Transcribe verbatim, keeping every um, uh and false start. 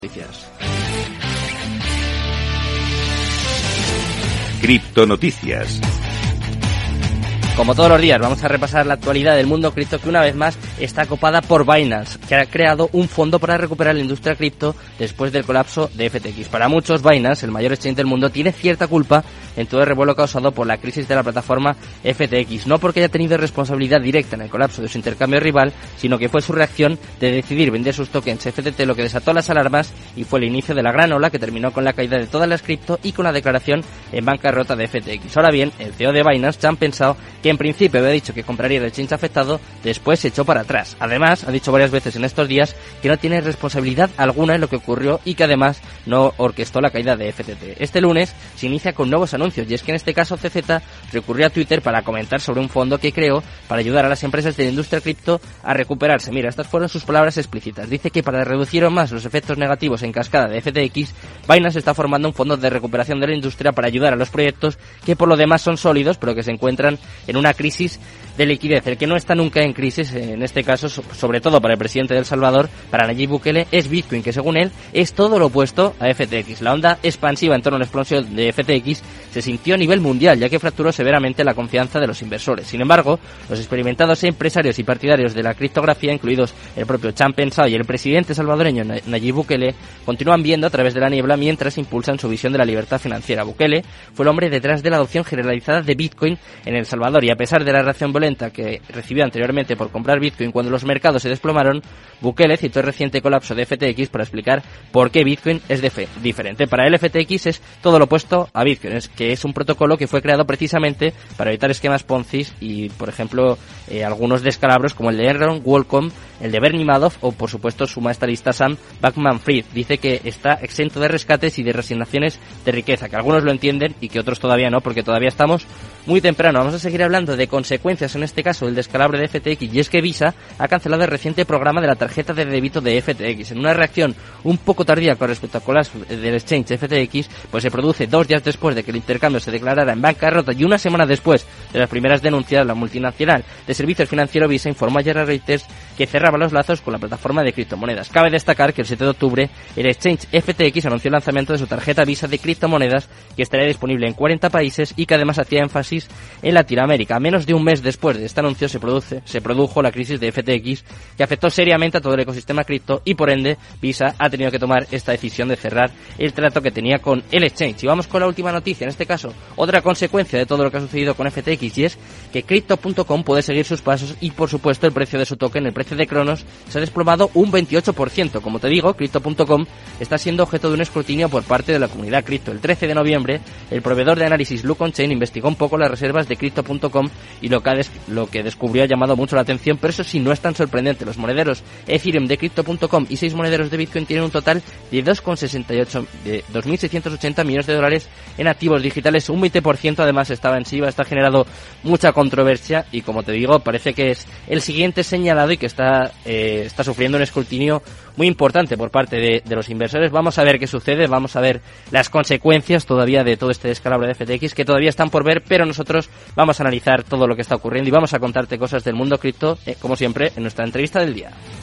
Noticias. Criptonoticias. Como todos los días, vamos a repasar la actualidad del mundo cripto, que una vez más está copada por Binance, que ha creado un fondo para recuperar la industria cripto después del colapso de F T X. Para muchos, Binance, el mayor exchange del mundo, tiene cierta culpa en todo el revuelo causado por la crisis de la plataforma F T X, no porque haya tenido responsabilidad directa en el colapso de su intercambio rival, sino que fue su reacción de decidir vender sus tokens F T T lo que desató las alarmas y fue el inicio de la gran ola que terminó con la caída de todas las cripto y con la declaración en bancarrota de F T X. Ahora bien, el C E O de Binance, Chan Pensao, que en principio había dicho que compraría el exchange afectado, después se echó para atrás. Además, ha dicho varias veces en estos días que no tiene responsabilidad alguna en lo que ocurrió y que además no orquestó la caída de F T T. Este lunes se inicia con nuevos anuncios, y es que en este caso C Z recurrió a Twitter para comentar sobre un fondo que creó para ayudar a las empresas de la industria cripto a recuperarse. Mira, estas fueron sus palabras explícitas. Dice que para reducir aún más los efectos negativos en cascada de F T X, Binance está formando un fondo de recuperación de la industria para ayudar a los proyectos que por lo demás son sólidos, pero que se encuentran en una crisis de liquidez. El que no está nunca en crisis, en este caso, sobre todo para el presidente de El Salvador, para Nayib Bukele, es Bitcoin, que según él es todo lo opuesto a F T X. La onda expansiva en torno a la explosión de F T X se sintió a nivel mundial, ya que fracturó severamente la confianza de los inversores. Sin embargo, los experimentados empresarios y partidarios de la criptografía, incluidos el propio Chan Pensao y el presidente salvadoreño Nayib Bukele, continúan viendo a través de la niebla mientras impulsan su visión de la libertad financiera. Bukele fue el hombre detrás de la adopción generalizada de Bitcoin en El Salvador, y a pesar de la reacción violenta que recibió anteriormente por comprar Bitcoin cuando los mercados se desplomaron, Bukele citó el reciente colapso de F T X para explicar por qué Bitcoin es de fe diferente. Para él, F T X es todo lo opuesto a Bitcoin, es que es un protocolo que fue creado precisamente para evitar esquemas Ponzi y, por ejemplo, eh, algunos descalabros como el de Enron, WorldCom, el de Bernie Madoff o, por supuesto, su maestrista Sam Bankman-Fried. Dice que está exento de rescates y de resignaciones de riqueza, que algunos lo entienden y que otros todavía no, porque todavía estamos muy temprano. Vamos a seguir hablando de consecuencias, en este caso el descalabro de F T X, y es que Visa ha cancelado el reciente programa de la tarjeta de débito de F T X. En una reacción un poco tardía con respecto al colapso del exchange F T X, pues se produce dos días después de que el intercambio se declarara en bancarrota y una semana después de las primeras denuncias, la multinacional de servicios financieros Visa informó ayer a Reuters que cerraba los lazos con la plataforma de criptomonedas. Cabe destacar que el siete de octubre el exchange F T X anunció el lanzamiento de su tarjeta Visa de criptomonedas, que estaría disponible en cuarenta países y que además hacía énfasis en Latinoamérica. Menos de un mes después de este anuncio se produce se produjo la crisis de F T X, que afectó seriamente a todo el ecosistema cripto, y por ende Visa ha tenido que tomar esta decisión de cerrar el trato que tenía con el exchange. Y vamos con la última noticia, en este caso otra consecuencia de todo lo que ha sucedido con F T X, y es que Crypto punto com puede seguir sus pasos y, por supuesto, el precio de su token, el precio de Cronos, se ha desplomado un veintiocho por ciento. Como te digo, Crypto punto com está siendo objeto de un escrutinio por parte de la comunidad cripto. El trece de noviembre, el proveedor de análisis Look On Chain investigó un poco las reservas de Crypto punto com y lo que, des- lo que descubrió ha llamado mucho la atención, pero eso sí, no es tan sorprendente. Los monederos Ethereum de Crypto punto com y seis monederos de Bitcoin tienen un total de dos coma sesenta y ocho de dos mil seiscientos ochenta millones de dólares en activos digitales, un veinte por ciento además estaba en SIBA. Está generado mucha controversia y, como te digo, parece que es el siguiente señalado y que está eh, está sufriendo un escrutinio muy importante por parte de, de los inversores. Vamos a ver qué sucede, vamos a ver las consecuencias todavía de todo este descalabro de F T X, que todavía están por ver, pero nosotros vamos a analizar todo lo que está ocurriendo y vamos a contarte cosas del mundo cripto, eh, como siempre, en nuestra entrevista del día.